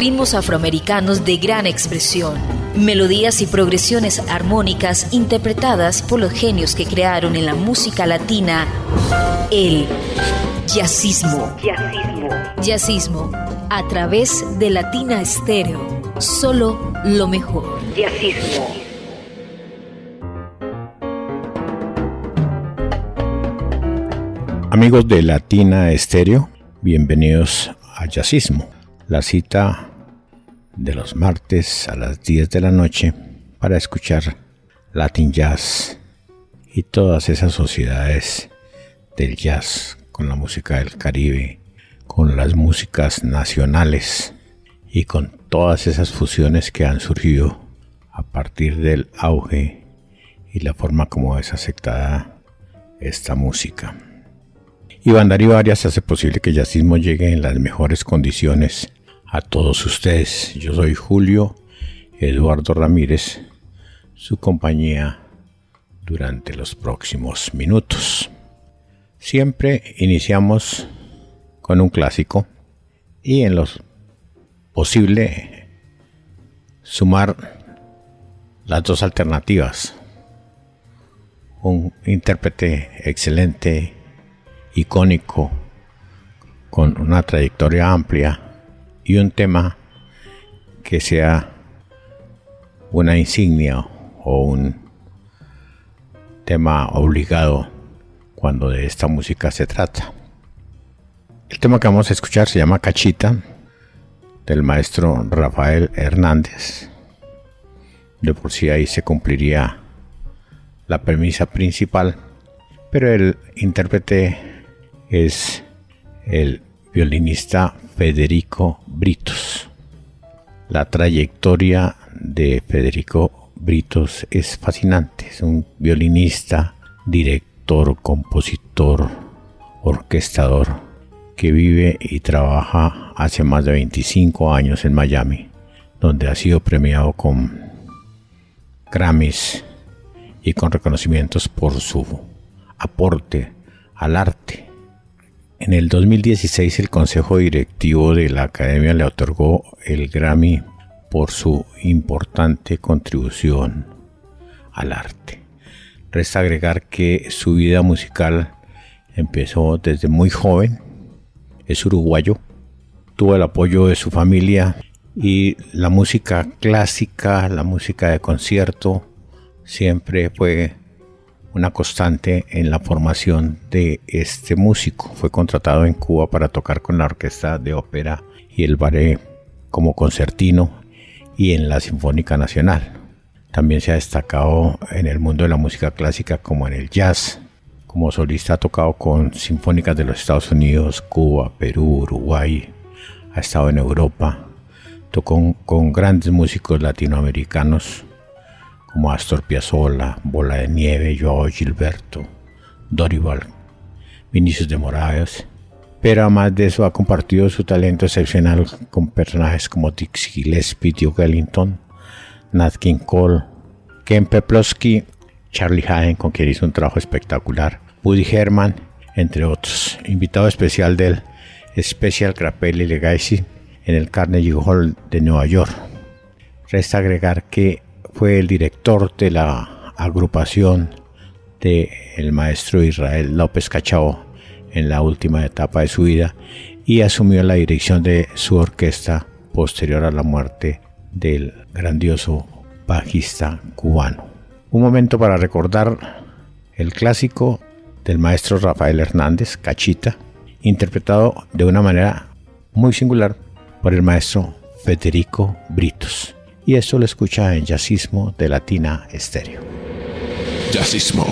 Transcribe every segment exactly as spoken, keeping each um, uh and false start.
ritmos afroamericanos de gran expresión, melodías y progresiones armónicas interpretadas por los genios que crearon en la música latina el jazzismo. Jazzismo. Jazzismo, a través de Latina Estéreo. Solo lo mejor. Jazzismo. Amigos de Latina Estéreo, bienvenidos a Jazzismo, la cita de los martes a las diez de la noche para escuchar Latin Jazz y todas esas sociedades del jazz con la música del Caribe, con las músicas nacionales y con todas esas fusiones que han surgido a partir del auge y la forma como es aceptada esta música. Iván Darío Arias hace posible que Jazzismo llegue en las mejores condiciones a todos ustedes. Yo soy Julio Eduardo Ramírez, su compañía durante los próximos minutos. Siempre iniciamos con un clásico y en lo posible sumar las dos alternativas. Un intérprete excelente, icónico, con una trayectoria amplia y un tema que sea una insignia o un tema obligado cuando de esta música se trata. El tema que vamos a escuchar se llama Cachita, del maestro Rafael Hernández. De por sí ahí se cumpliría la premisa principal, pero el intérprete es el violinista Federico Britos. La trayectoria de Federico Britos es fascinante. Es un violinista, director, compositor, orquestador que vive y trabaja hace más de veinticinco años en Miami, donde ha sido premiado con Grammys y con reconocimientos por su aporte al arte. En el dos mil dieciséis el Consejo Directivo de la Academia le otorgó el Grammy por su importante contribución al arte. Resta agregar que su vida musical empezó desde muy joven. Es uruguayo, tuvo el apoyo de su familia y la música clásica, la música de concierto siempre fue una constante en la formación de este músico. Fue contratado en Cuba para tocar con la Orquesta de Ópera y el Ballet como concertino y en la Sinfónica Nacional. También se ha destacado en el mundo de la música clásica como en el jazz. Como solista ha tocado con sinfónicas de los Estados Unidos, Cuba, Perú, Uruguay. Ha estado en Europa. Tocó con, con grandes músicos latinoamericanos como Astor Piazzolla, Bola de Nieve, Joao Gilberto, Dorival, Vinicius de Moraes. Pero además de eso ha compartido su talento excepcional con personajes como Dizzy Gillespie, Duke Ellington, Nat King Cole, Ken Peplowski, Charlie Haden, con quien hizo un trabajo espectacular, Woody Herman, entre otros. Invitado especial del Special Grappelli Legacy en el Carnegie Hall de Nueva York. Resta agregar que fue el director de la agrupación del maestro Israel López Cachao en la última etapa de su vida y asumió la dirección de su orquesta posterior a la muerte del grandioso bajista cubano. Un momento para recordar el clásico del maestro Rafael Hernández, Cachita, interpretado de una manera muy singular por el maestro Federico Britos. Y esto lo escucha en Jazzismo de Latina Estéreo. Jazzismo.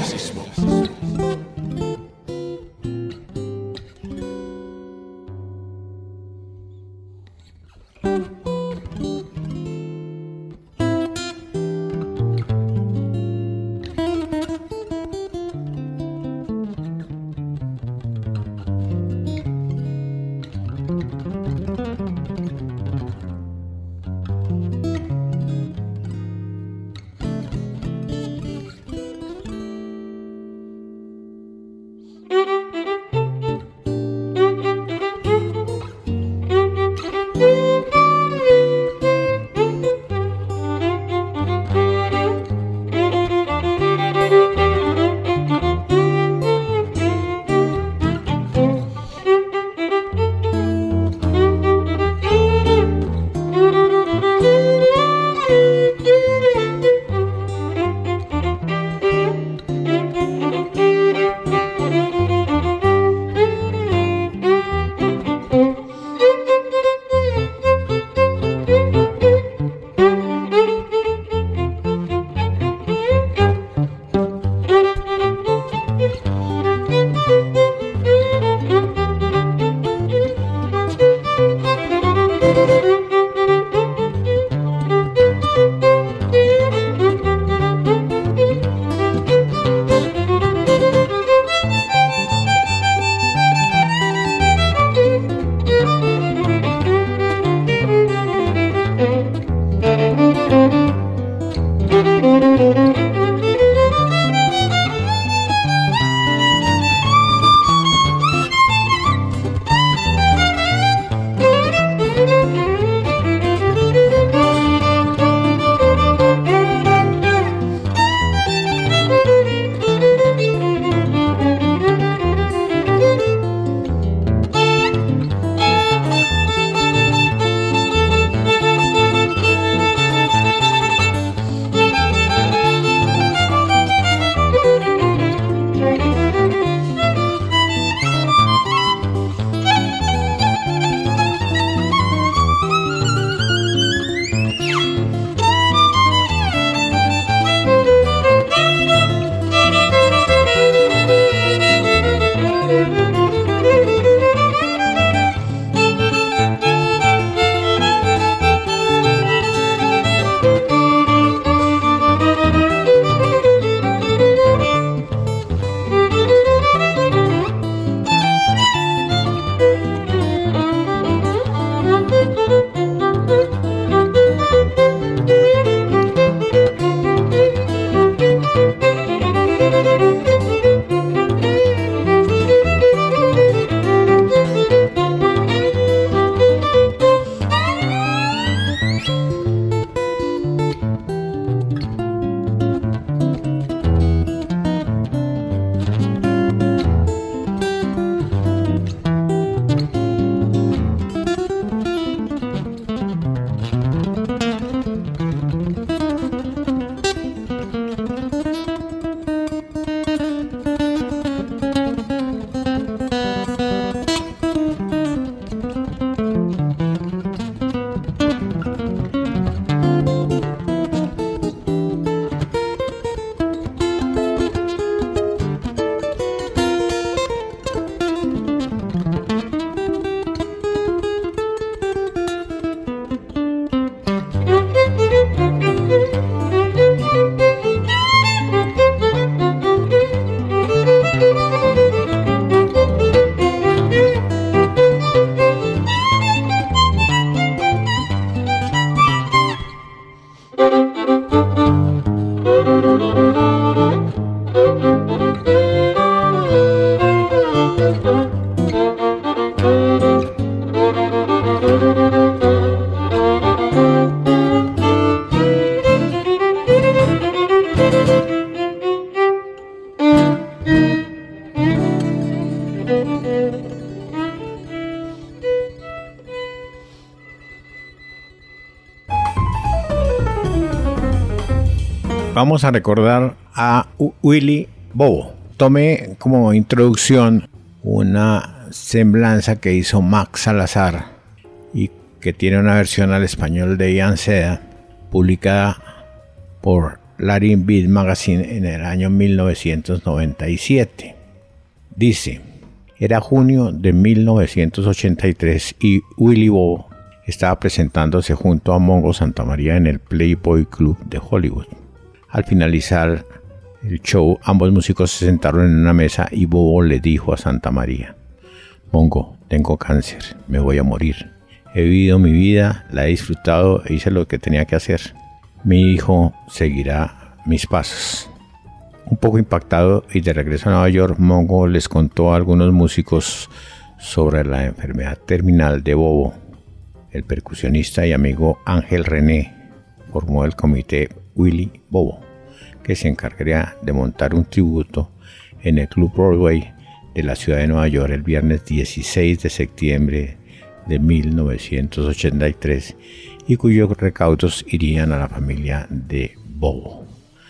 Vamos a recordar a Willy Bobo. Tomé como introducción una semblanza que hizo Max Salazar y que tiene una versión al español de Ian Seda, publicada por Latin Beat Magazine en el año mil novecientos noventa y siete. Dice: era junio de mil novecientos ochenta y tres y Willy Bobo estaba presentándose junto a Mongo Santamaría en el Playboy Club de Hollywood. Al finalizar el show, ambos músicos se sentaron en una mesa y Bobo le dijo a Santamaría: Mongo, tengo cáncer, me voy a morir. He vivido mi vida, la he disfrutado e hice lo que tenía que hacer. Mi hijo seguirá mis pasos. Un poco impactado y de regreso a Nueva York, Mongo les contó a algunos músicos sobre la enfermedad terminal de Bobo. El percusionista y amigo Ángel René formó el comité Willy Bobo, que se encargaría de montar un tributo en el Club Broadway de la ciudad de Nueva York el viernes dieciséis de septiembre de mil novecientos ochenta y tres y cuyos recaudos irían a la familia de Bobo.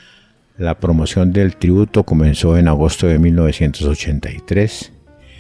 La promoción del tributo comenzó en agosto de mil novecientos ochenta y tres.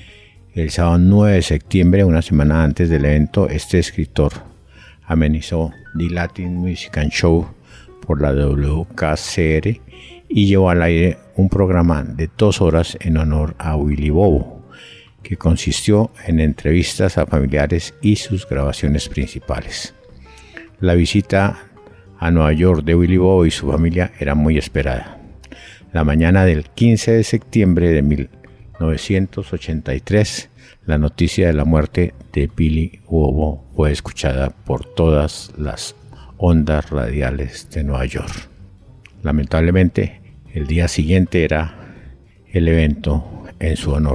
El sábado nueve de septiembre, una semana antes del evento, este escritor amenizó The Latin Music and Show por la W K C R y llevó al aire un programa de dos horas en honor a Willy Bobo, que consistió en entrevistas a familiares y sus grabaciones principales. La visita a Nueva York de Willy Bobo y su familia era muy esperada. La mañana del quince de septiembre de mil novecientos ochenta y tres, la noticia de la muerte de Willy Bobo fue escuchada por todas las ondas radiales de Nueva York. Lamentablemente, el día siguiente era el evento en su honor.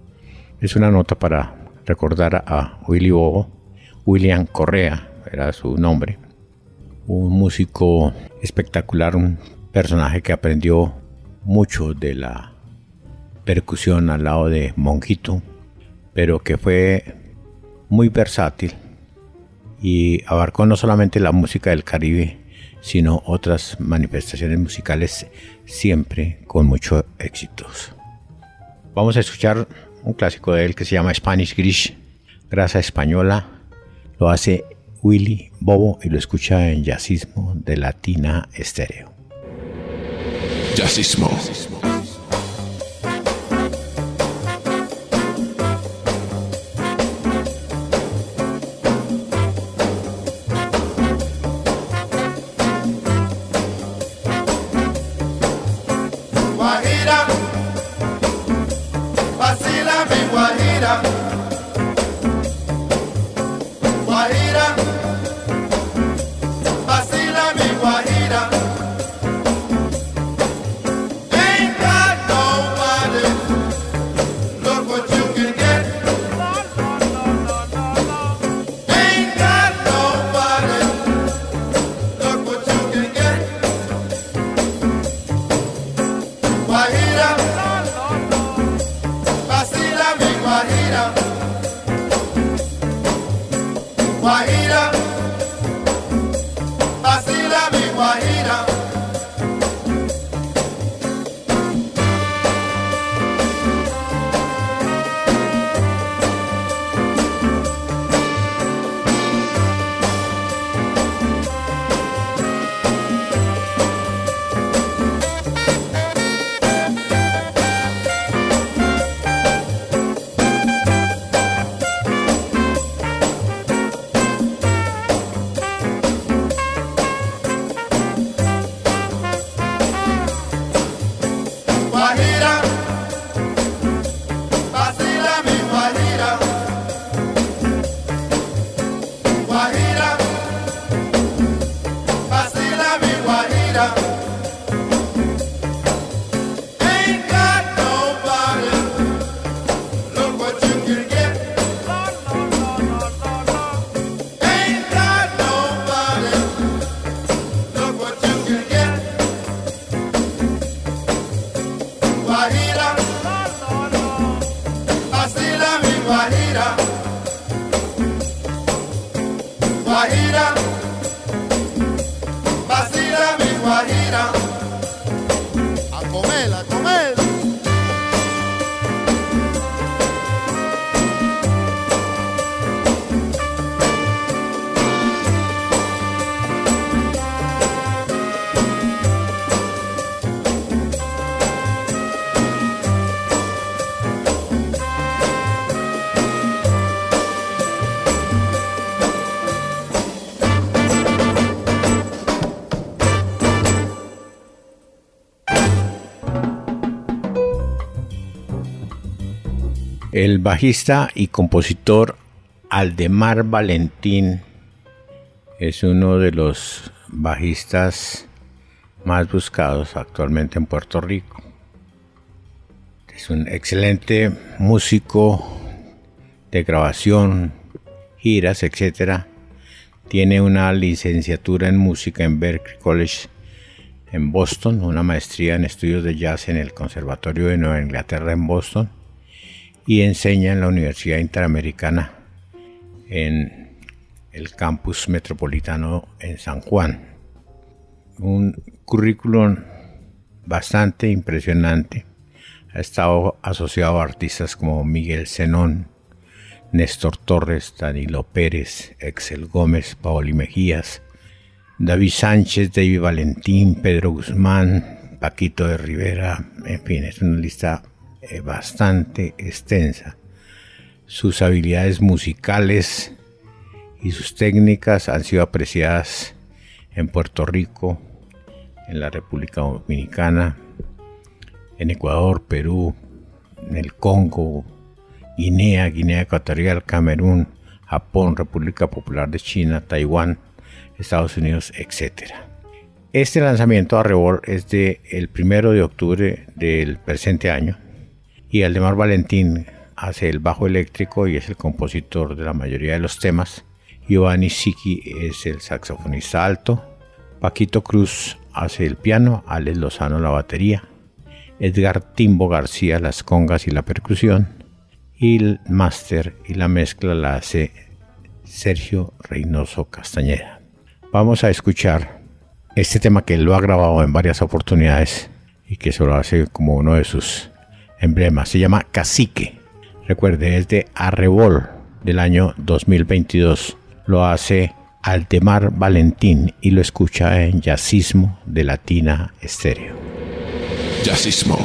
Es una nota para recordar a Willy Bobo. William Correa era su nombre. Un músico espectacular, un personaje que aprendió mucho de la percusión al lado de Monguito, pero que fue muy versátil y abarcó no solamente la música del Caribe, sino otras manifestaciones musicales, siempre con mucho éxito. Vamos a escuchar un clásico de él que se llama Spanish Grish, Grasa Española. Lo hace Willy Bobo y lo escucha en Jazzismo de Latina Estéreo. Jazzismo. El bajista y compositor Aldemar Valentín es uno de los bajistas más buscados actualmente en Puerto Rico. Es un excelente músico de grabación, giras, etcétera. Tiene una licenciatura en música en Berklee College en Boston, una maestría en estudios de jazz en el Conservatorio de Nueva Inglaterra en Boston y enseña en la Universidad Interamericana en el campus metropolitano en San Juan. Un currículum bastante impresionante. Ha estado asociado a artistas como Miguel Zenón, Néstor Torres, Danilo Pérez, Excel Gómez, Paoli Mejías, David Sánchez, David Valentín, Pedro Guzmán, Paquito de Rivera, en fin, es una lista eh, bastante extensa. Sus habilidades musicales y sus técnicas han sido apreciadas en Puerto Rico, en la República Dominicana, en Ecuador, Perú, en el Congo, Guinea, Guinea Ecuatorial, Camerún, Japón, República Popular de China, Taiwán, Estados Unidos, etcétera. Este lanzamiento Arrebol es de el primero de octubre del presente año y Aldemar Valentín hace el bajo eléctrico y es el compositor de la mayoría de los temas. Giovanni Sicchi es el saxofonista alto. Paquito Cruz hace el piano, Alex Lozano la batería, Edgar Timbo García las congas y la percusión, y el máster y la mezcla la hace Sergio Reynoso Castañeda. Vamos a escuchar este tema que él lo ha grabado en varias oportunidades y que se lo hace como uno de sus emblemas. Se llama Cacique. Recuerde, es de Arrebol del año dos mil veintidós. Lo hace Aldemar Valentín y lo escucha en Jazzismo de Latina Estéreo. Jazzismo.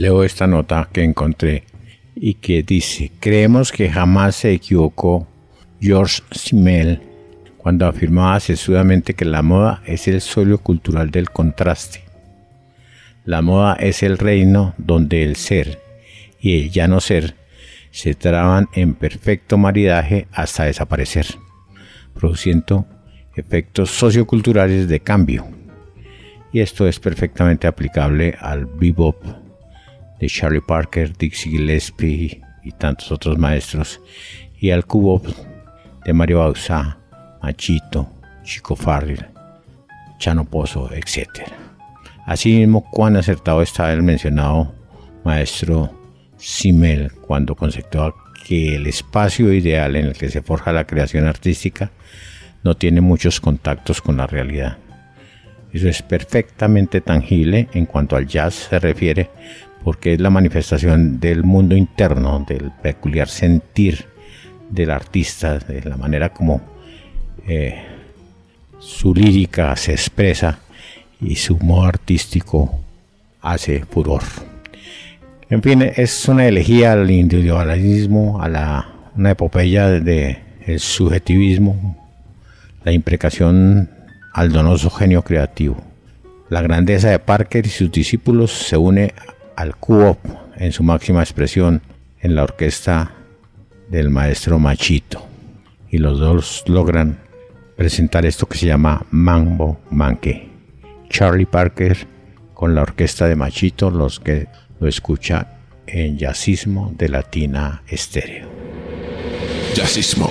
leo esta nota que encontré y que dice: creemos que jamás se equivocó Georges Simmel cuando afirmaba sesudamente que la moda es el suelo cultural del contraste. La moda es el reino donde el ser y el ya no ser se traban en perfecto maridaje hasta desaparecer, produciendo efectos socioculturales de cambio. Y esto es perfectamente aplicable al bebop de Charlie Parker, Dizzy Gillespie y tantos otros maestros, y al cubop de Mario Bauzá, Machito, Chico Farrell, Chano Pozo, etcétera. Asimismo, cuán acertado está el mencionado maestro Simmel cuando conceptúa que el espacio ideal en el que se forja la creación artística no tiene muchos contactos con la realidad. Eso es perfectamente tangible en cuanto al jazz se refiere, porque es la manifestación del mundo interno, del peculiar sentir del artista, de la manera como eh, su lírica se expresa y su modo artístico hace furor. En fin, es una elegía al individualismo, a la, una epopeya del subjetivismo, la imprecación al donoso genio creativo. La grandeza de Parker y sus discípulos se une al cubop en su máxima expresión en la orquesta del maestro Machito, y los dos logran presentar esto que se llama Mambo Manque. Charlie Parker con la orquesta de Machito, los que lo escuchan en Jazzismo de Latina Estéreo. Jazzismo.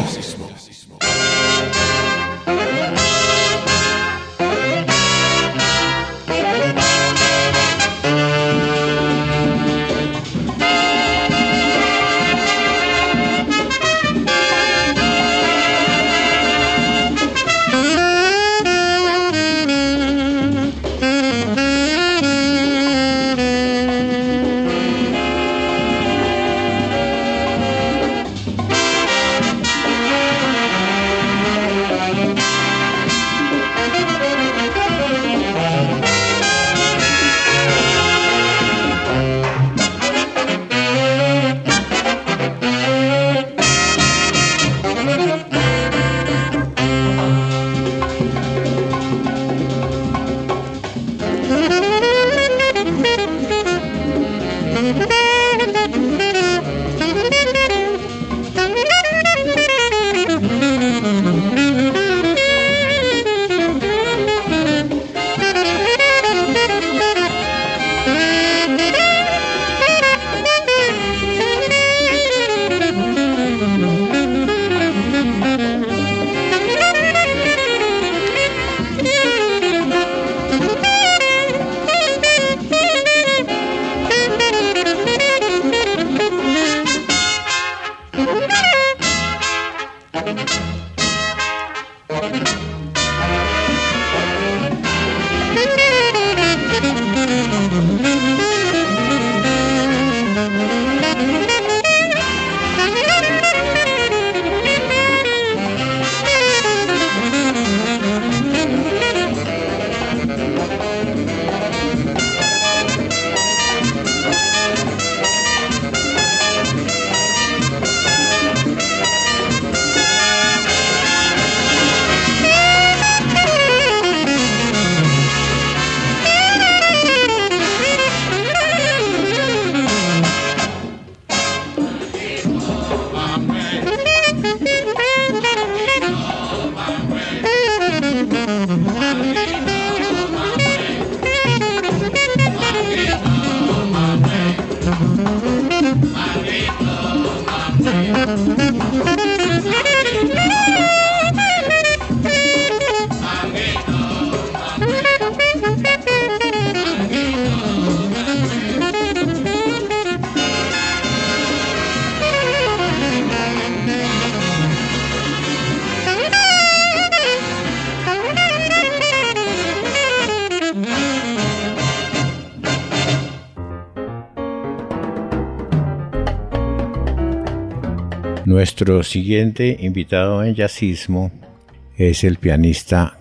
Nuestro siguiente invitado en Jazzismo es el pianista,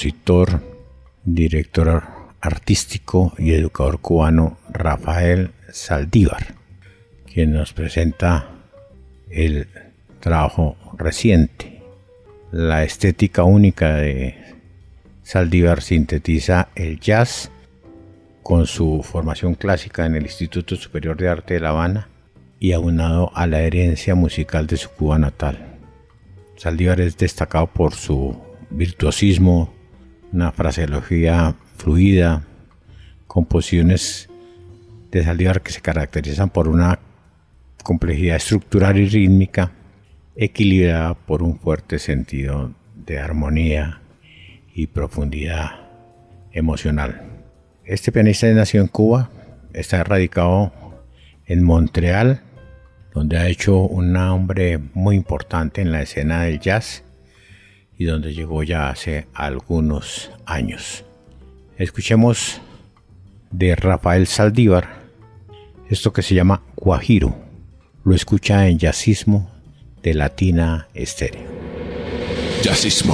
compositor, director artístico y educador cubano Rafael Saldívar, quien nos presenta el trabajo reciente. La estética única de Saldívar sintetiza el jazz con su formación clásica en el Instituto Superior de Arte de La Habana y aunado a la herencia musical de su Cuba natal. Saldívar es destacado por su virtuosismo, una fraseología fluida, composiciones de Saldívar que se caracterizan por una complejidad estructural y rítmica, equilibrada por un fuerte sentido de armonía y profundidad emocional. Este pianista nació en Cuba, está radicado en Montreal, donde ha hecho un nombre muy importante en la escena del jazz y donde llegó ya hace algunos años. Escuchemos de Rafael Saldívar esto que se llama Guajiro. Lo escucha en Jazzismo de Latina Estéreo. Jazzismo.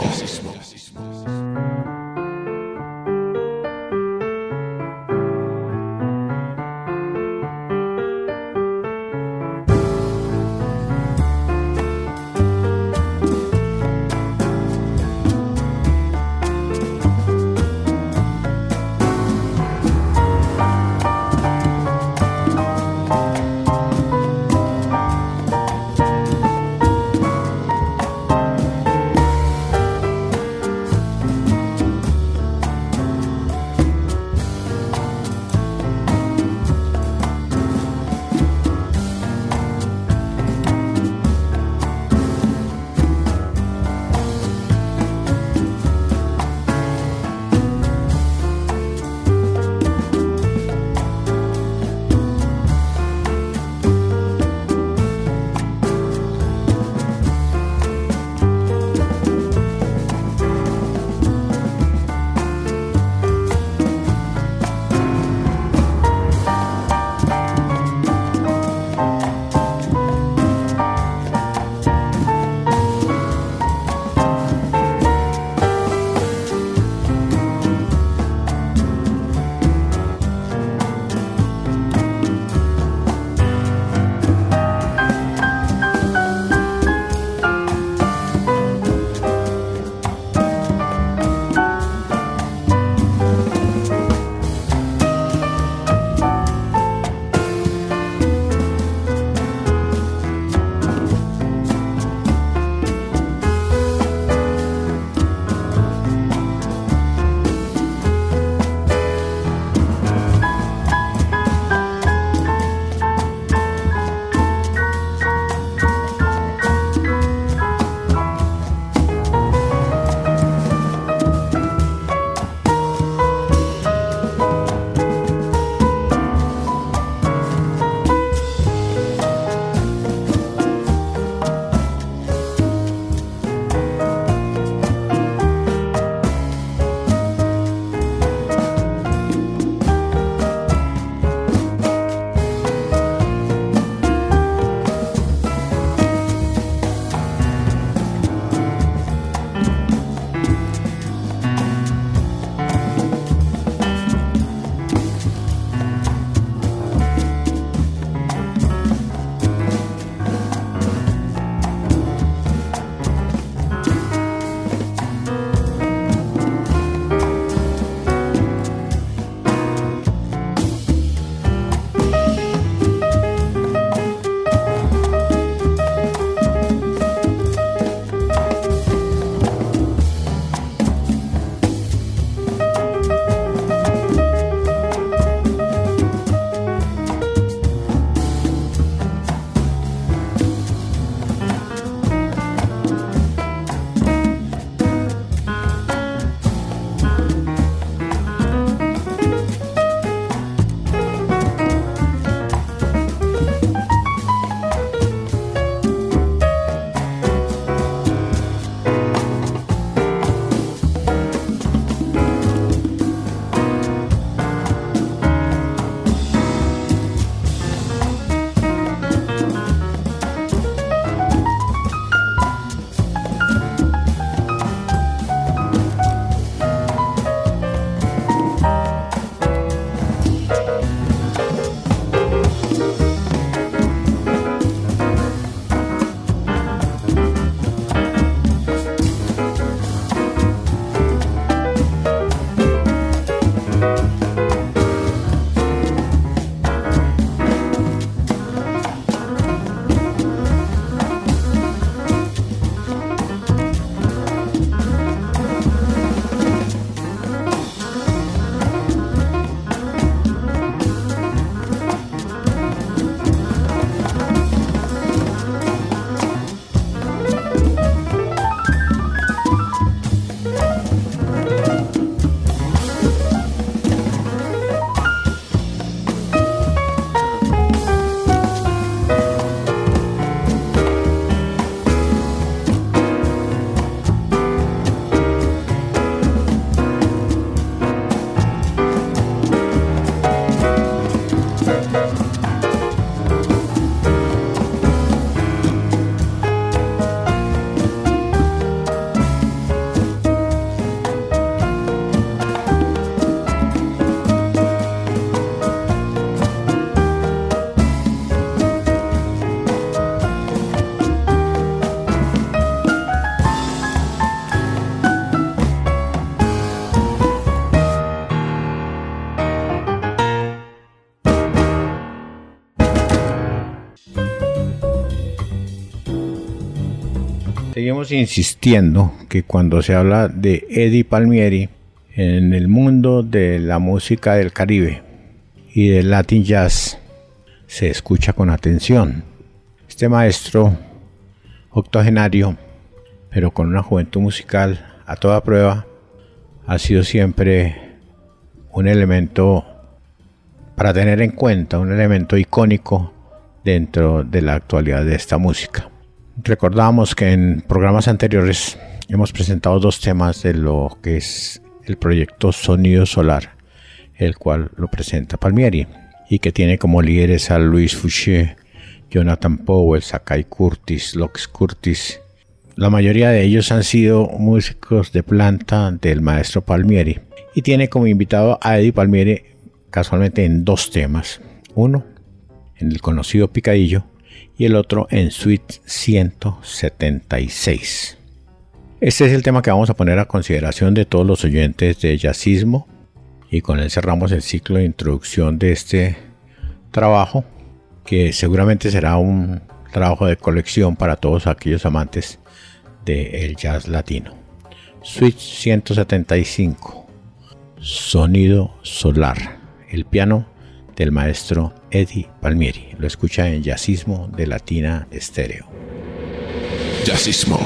Seguimos insistiendo que cuando se habla de Eddie Palmieri en el mundo de la música del Caribe y del Latin Jazz, se escucha con atención. Este maestro octogenario, pero con una juventud musical a toda prueba, ha sido siempre un elemento para tener en cuenta, un elemento icónico dentro de la actualidad de esta música. Recordamos que en programas anteriores hemos presentado dos temas de lo que es el proyecto Sonido Solar, el cual lo presenta Palmieri y que tiene como líderes a Luis Fouché, Jonathan Powell, Sakai Curtis, Lox Curtis. La mayoría de ellos han sido músicos de planta del maestro Palmieri y tiene como invitado a Eddie Palmieri casualmente en dos temas, uno en el conocido Picadillo y el otro en Suite ciento setenta y seis. Este es el tema que vamos a poner a consideración de todos los oyentes de Jazzismo y con él cerramos el ciclo de introducción de este trabajo, que seguramente será un trabajo de colección para todos aquellos amantes del jazz latino. Suite ciento setenta y cinco, Sonido Solar, el piano del maestro Eddie Palmieri. Lo escucha en Jazzismo de Latina Estéreo. Jazzismo.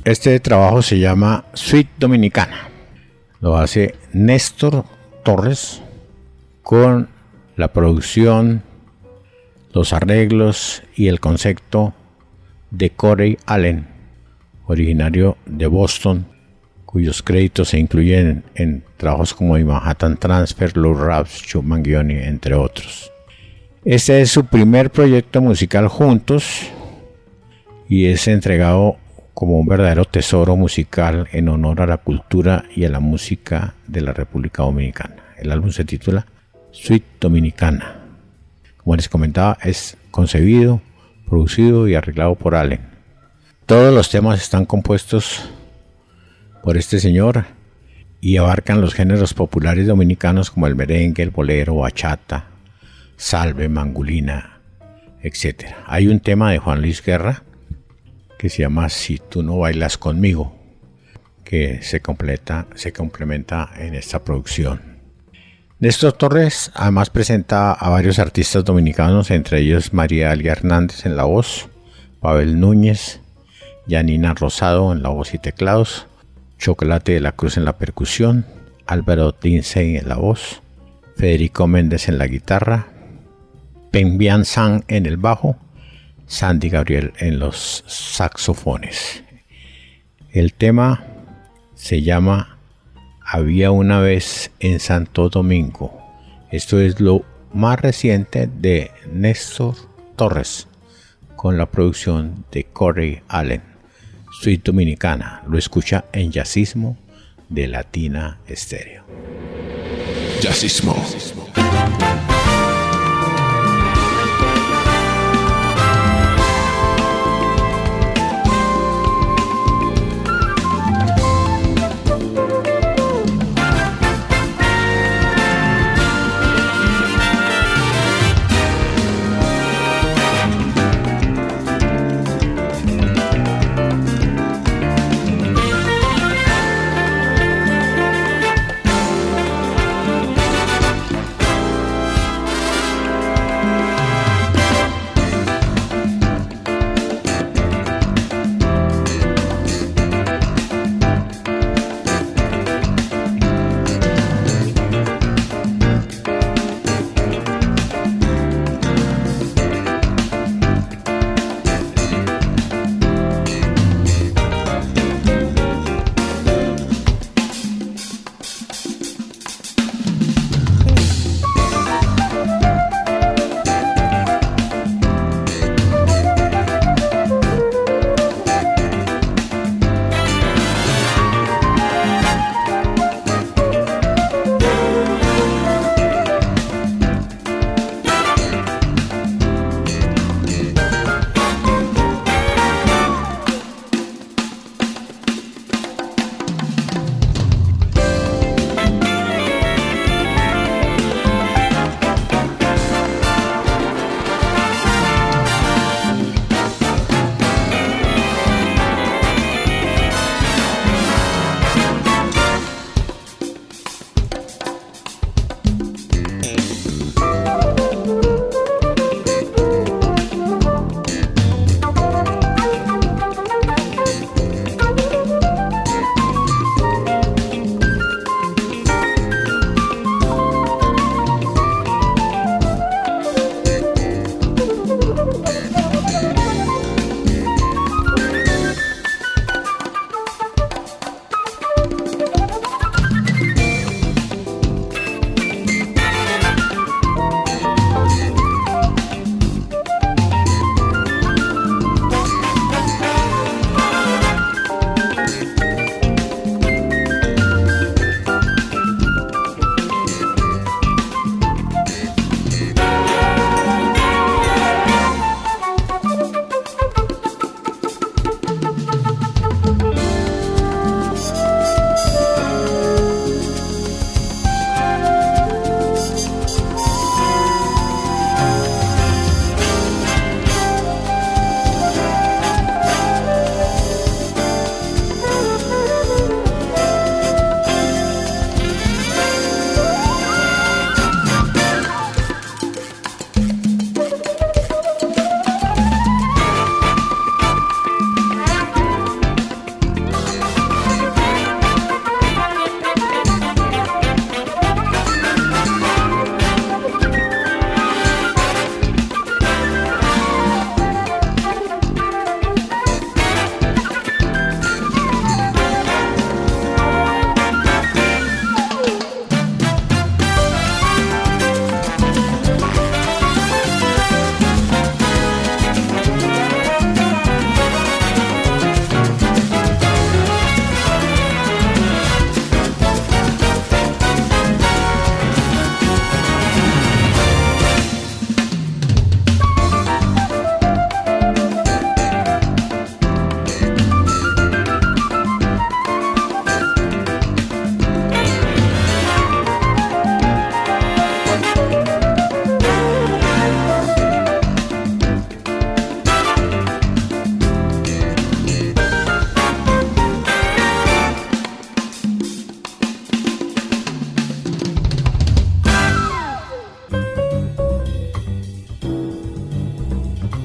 Este trabajo se llama Suite Dominicana. Lo hace Néstor Torres con la producción, los arreglos y el concepto de Corey Allen, originario de Boston, cuyos créditos se incluyen en trabajos como The Manhattan Transfer, Lou Rawls, Chuck Mangione, entre otros. Este es su primer proyecto musical juntos y es entregado como un verdadero tesoro musical en honor a la cultura y a la música de la República Dominicana. El álbum se titula Suite Dominicana. Como les comentaba, es concebido, producido y arreglado por Allen. Todos los temas están compuestos por este señor y abarcan los géneros populares dominicanos como el merengue, el bolero, bachata, salve, mangulina, etcétera. Hay un tema de Juan Luis Guerra que se llama Si tú no bailas conmigo, que se completa, se complementa en esta producción. Néstor Torres además presenta a varios artistas dominicanos, entre ellos María Elia Hernández en la voz, Pavel Núñez, Yanina Rosado en la voz y teclados, Chocolate de la Cruz en la percusión, Álvaro Dinsey en la voz, Federico Méndez en la guitarra, Pembian San en el bajo, Sandy Gabriel en los saxofones. El tema se llama Había una vez en Santo Domingo. Esto es lo más reciente de Néstor Torres con la producción de Corey Allen. Suite Dominicana, lo escucha en Jazzismo de Latina Estéreo. Jazzismo.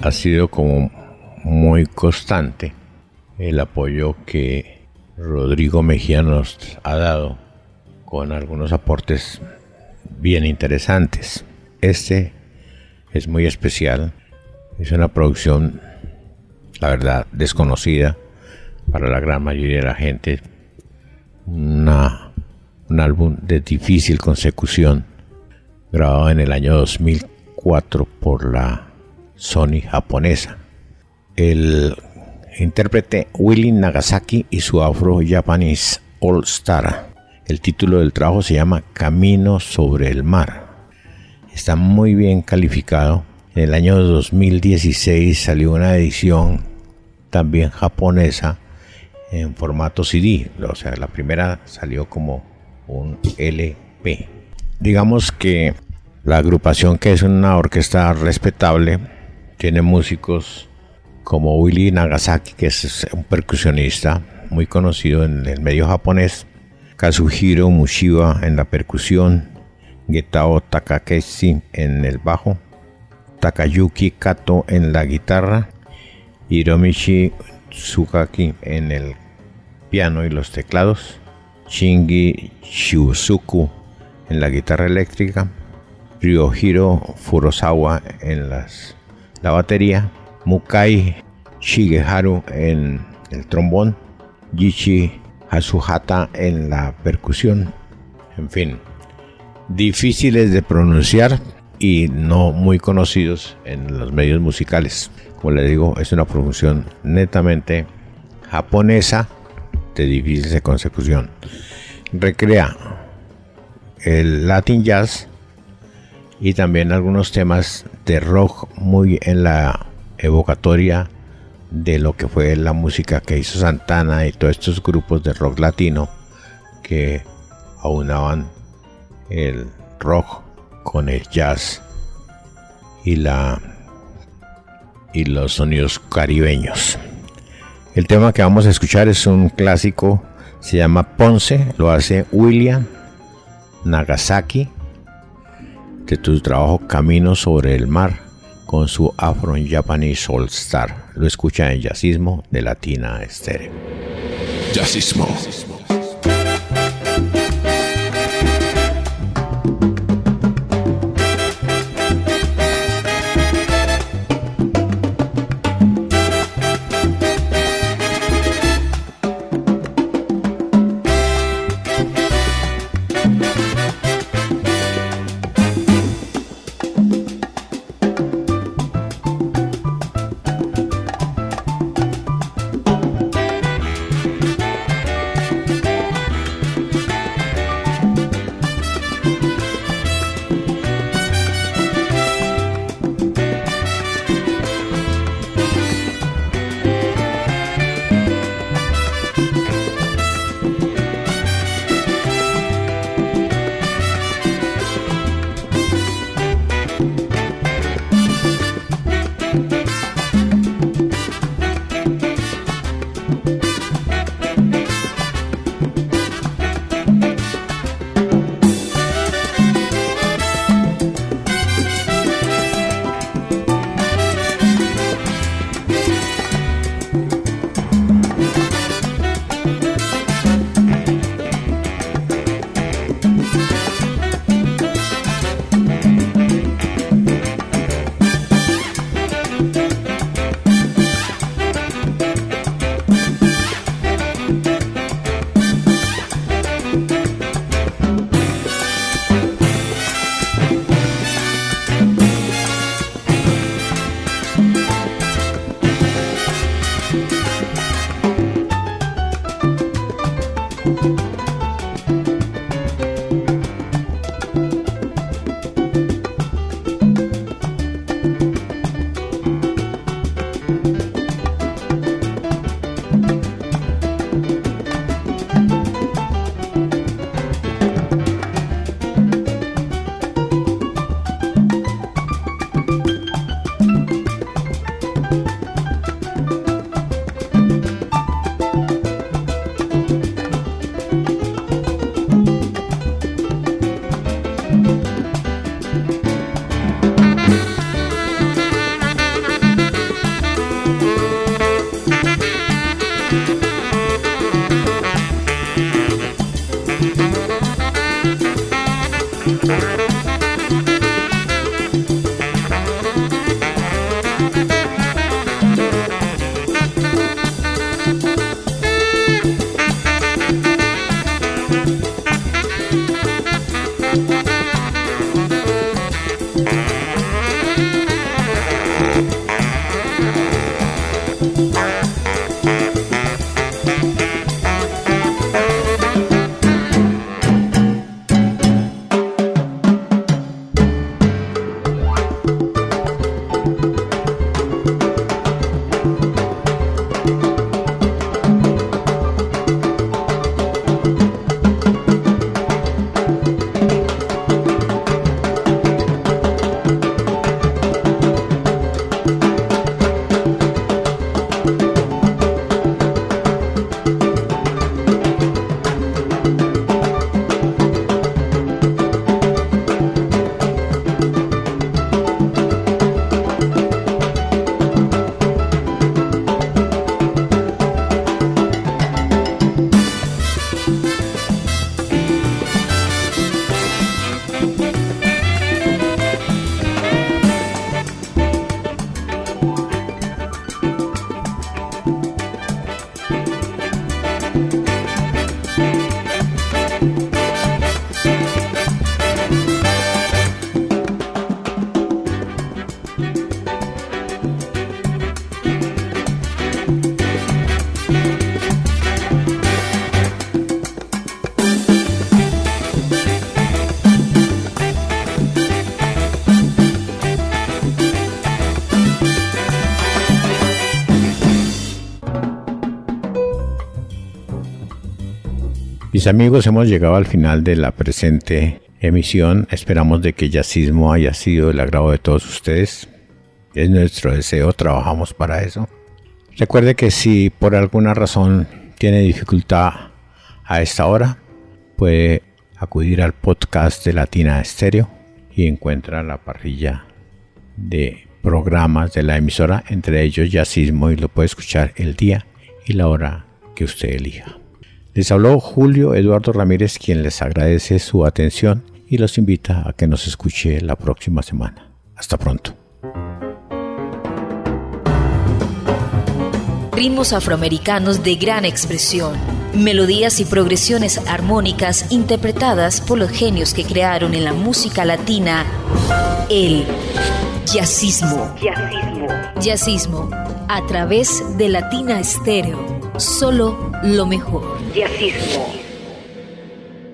ha sido como muy constante el apoyo que Rodrigo Mejía nos ha dado con algunos aportes bien interesantes. Este es muy especial, es una producción, la verdad, desconocida para la gran mayoría de la gente, una, un álbum de difícil consecución, grabado en el año dos mil cuatro por la Sony japonesa. El intérprete Willie Nagasaki y su Afro Japanese All Star. El título del trabajo se llama Camino sobre el mar. Está muy bien calificado. En el año dos mil dieciséis salió una edición también japonesa en formato C D. O sea, la primera salió como un L P. Digamos que la agrupación, que es una orquesta respetable, tiene músicos como Willie Nagasaki, que es un percusionista muy conocido en el medio japonés, Kazuhiro Mushiba en la percusión, Getao Takakeshi en el bajo, Takayuki Kato en la guitarra, Hiromichi Tsukaki en el piano y los teclados, Shinji Shizuku en la guitarra eléctrica, Ryohiro Furusawa en las, la batería, Mukai Shigeharu en el trombón, Yichi Hazuhata en la percusión. En fin, difíciles de pronunciar y no muy conocidos en los medios musicales. Como les digo, es una producción netamente japonesa de difícil de consecución. Recrea el Latin Jazz y también algunos temas de rock muy en la evocatoria de lo que fue la música que hizo Santana y todos estos grupos de rock latino que aunaban el rock con el jazz y la y los sonidos caribeños. El tema que vamos a escuchar es un clásico, se llama Ponce, lo hace William Nagasaki de tu trabajo Camino sobre el mar, con su Afro Japanese All Star. Lo escucha en Jazzismo de Latina Estéreo. Jazzismo. Mis amigos, hemos llegado al final de la presente emisión. Esperamos de que Jazzismo haya sido del agrado de todos ustedes. Es nuestro deseo, trabajamos para eso. Recuerde que si por alguna razón tiene dificultad a esta hora, puede acudir al podcast de Latina Estéreo y encuentra la parrilla de programas de la emisora, entre ellos Jazzismo, y lo puede escuchar el día y la hora que usted elija. Les habló Julio Eduardo Ramírez, quien les agradece su atención y los invita a que nos escuche la próxima semana. Hasta pronto. Ritmos afroamericanos de gran expresión, melodías y progresiones armónicas interpretadas por los genios que crearon en la música latina el jazzismo. Jazzismo. Jazzismo, a través de Latina Estéreo. Solo lo mejor. Jazzismo.